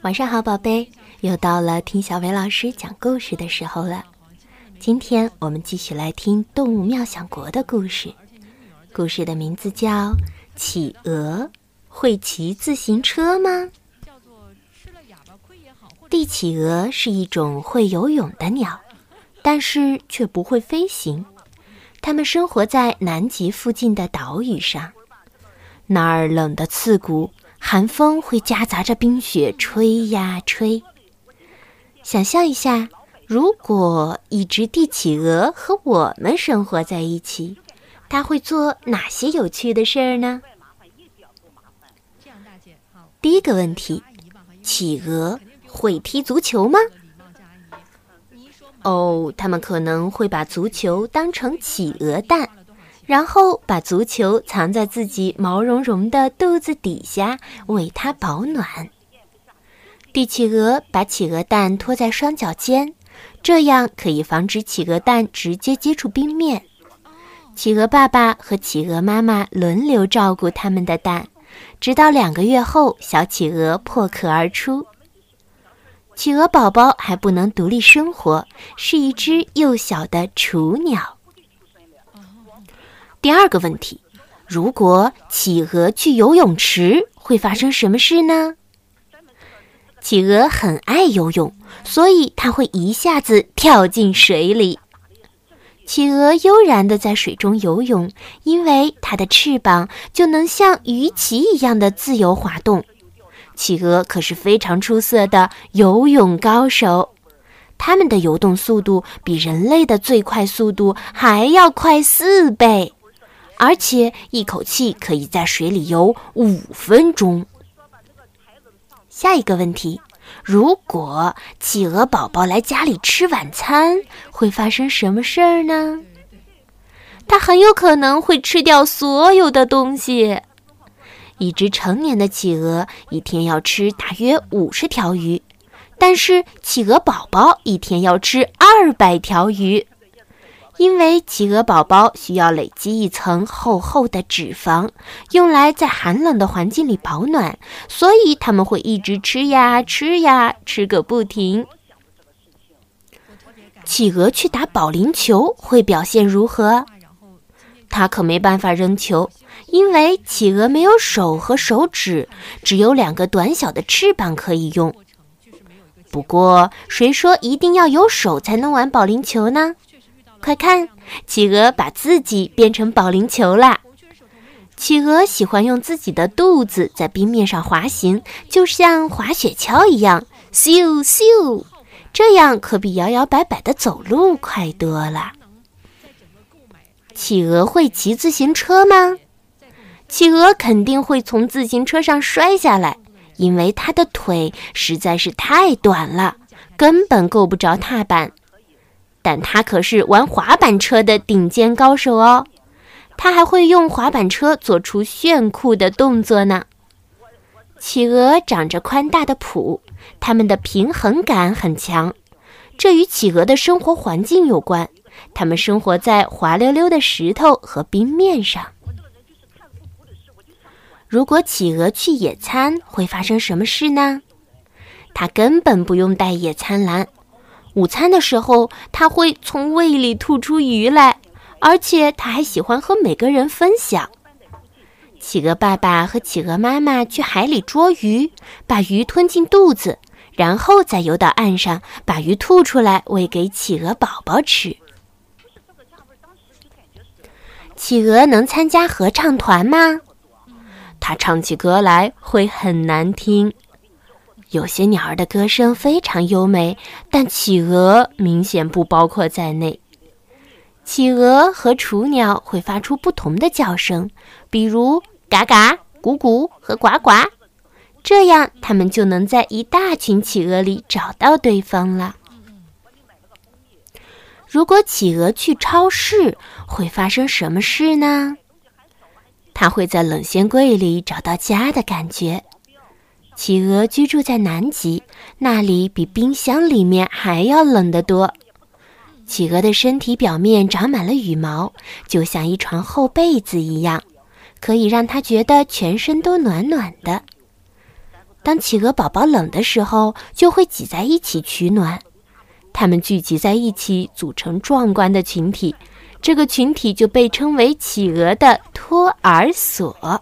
晚上好，宝贝，又到了听小伟老师讲故事的时候了。今天我们继续来听动物妙想国的故事，故事的名字叫《企鹅会骑自行车吗》。帝企鹅是一种会游泳的鸟，但是却不会飞行。它们生活在南极附近的岛屿上，那儿冷得刺骨，寒风会夹杂着冰雪吹呀吹。想象一下，如果一只帝企鹅和我们生活在一起，它会做哪些有趣的事儿呢？第一个问题，企鹅会踢足球吗？它们可能会把足球当成企鹅蛋，然后把足球藏在自己毛茸茸的肚子底下，为它保暖。帝企鹅把企鹅蛋托在双脚间，这样可以防止企鹅蛋直接接触冰面。企鹅爸爸和企鹅妈妈轮流照顾它们的蛋，直到2个月后，小企鹅破壳而出。企鹅宝宝还不能独立生活，是一只幼小的雏鸟。第二个问题，如果企鹅去游泳池，会发生什么事呢？企鹅很爱游泳，所以它会一下子跳进水里。企鹅悠然地在水中游泳，因为它的翅膀就能像鱼鳍一样的自由滑动。企鹅可是非常出色的游泳高手，它们的游动速度比人类的最快速度还要快4倍，而且一口气可以在水里游5分钟。下一个问题，如果企鹅宝宝来家里吃晚餐，会发生什么事儿呢？它很有可能会吃掉所有的东西。一只成年的企鹅一天要吃大约50条鱼，但是企鹅宝宝一天要吃200条鱼。因为企鹅宝宝需要累积一层厚厚的脂肪，用来在寒冷的环境里保暖，所以它们会一直吃呀吃呀，吃个不停。企鹅去打保龄球会表现如何？它可没办法扔球，因为企鹅没有手和手指，只有2个短小的翅膀可以用。不过，谁说一定要有手才能玩保龄球呢？快看，企鹅把自己变成保龄球啦！企鹅喜欢用自己的肚子在冰面上滑行，就像滑雪橇一样，咻咻，这样可比摇摇摆摆的走路快多了。企鹅会骑自行车吗？企鹅肯定会从自行车上摔下来，因为它的腿实在是太短了，根本够不着踏板。但它可是玩滑板车的顶尖高手哦，它还会用滑板车做出炫酷的动作呢。企鹅长着宽大的蹼，它们的平衡感很强，这与企鹅的生活环境有关。它们生活在滑溜溜的石头和冰面上。如果企鹅去野餐，会发生什么事呢？它根本不用带野餐篮。午餐的时候，它会从胃里吐出鱼来，而且它还喜欢和每个人分享。企鹅爸爸和企鹅妈妈去海里捉鱼，把鱼吞进肚子，然后再游到岸上，把鱼吐出来喂给企鹅宝宝吃。企鹅能参加合唱团吗？它唱起歌来会很难听。有些鸟儿的歌声非常优美，但企鹅明显不包括在内。企鹅和雏鸟会发出不同的叫声，比如嘎嘎、咕咕和呱呱，这样它们就能在一大群企鹅里找到对方了。如果企鹅去超市，会发生什么事呢？它会在冷鲜柜里找到家的感觉。企鹅居住在南极，那里比冰箱里面还要冷得多。企鹅的身体表面长满了羽毛，就像一床厚被子一样，可以让它觉得全身都暖暖的。 当企鹅宝宝冷的时候，就会挤在一起取暖。它们聚集在一起，组成壮观的群体，这个群体就被称为企鹅的托儿所。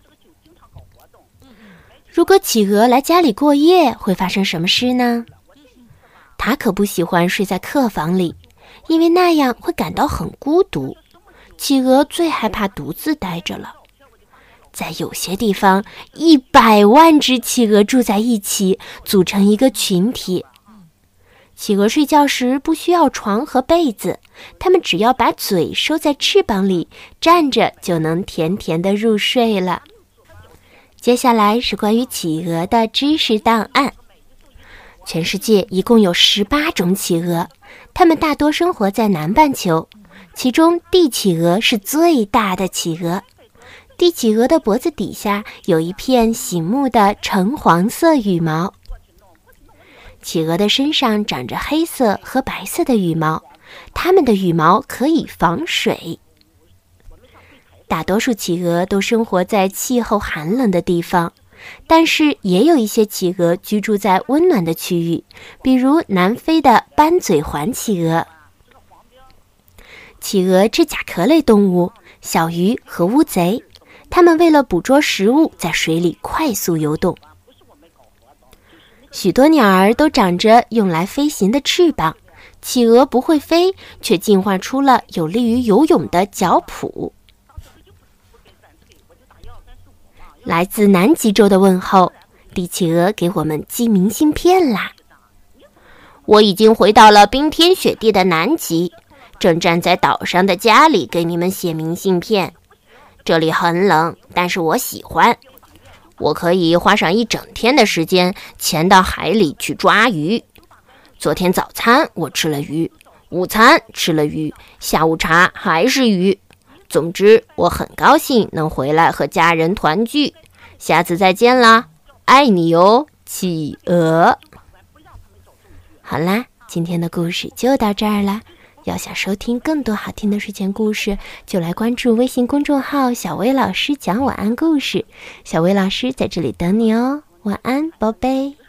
如果企鹅来家里过夜，会发生什么事呢？它可不喜欢睡在客房里，因为那样会感到很孤独。企鹅最害怕独自待着了。在有些地方，100万只企鹅住在一起，组成一个群体。企鹅睡觉时不需要床和被子，它们只要把嘴收在翅膀里，站着就能甜甜地入睡了。接下来是关于企鹅的知识档案。全世界一共有18种企鹅，它们大多生活在南半球，其中帝企鹅是最大的企鹅。帝企鹅的脖子底下有一片醒目的橙黄色羽毛。企鹅的身上长着黑色和白色的羽毛，它们的羽毛可以防水。大多数企鹅都生活在气候寒冷的地方，但是也有一些企鹅居住在温暖的区域，比如南非的斑嘴环企鹅。企鹅是甲壳类动物，小鱼和乌贼，它们为了捕捉食物，在水里快速游动。许多鸟儿都长着用来飞行的翅膀，企鹅不会飞，却进化出了有利于游泳的脚蹼。来自南极洲的问候，帝企鹅给我们寄明信片啦。我已经回到了冰天雪地的南极，正站在岛上的家里给你们写明信片。这里很冷，但是我喜欢。我可以花上1整天的时间潜到海里去抓鱼。昨天早餐我吃了鱼，午餐吃了鱼，下午茶还是鱼。总之，我很高兴能回来和家人团聚。下次再见啦，爱你哟，企鹅。好啦，今天的故事就到这儿啦。要想收听更多好听的睡前故事，就来关注微信公众号小薇老师讲晚安故事。小薇老师在这里等你哦，晚安，宝贝。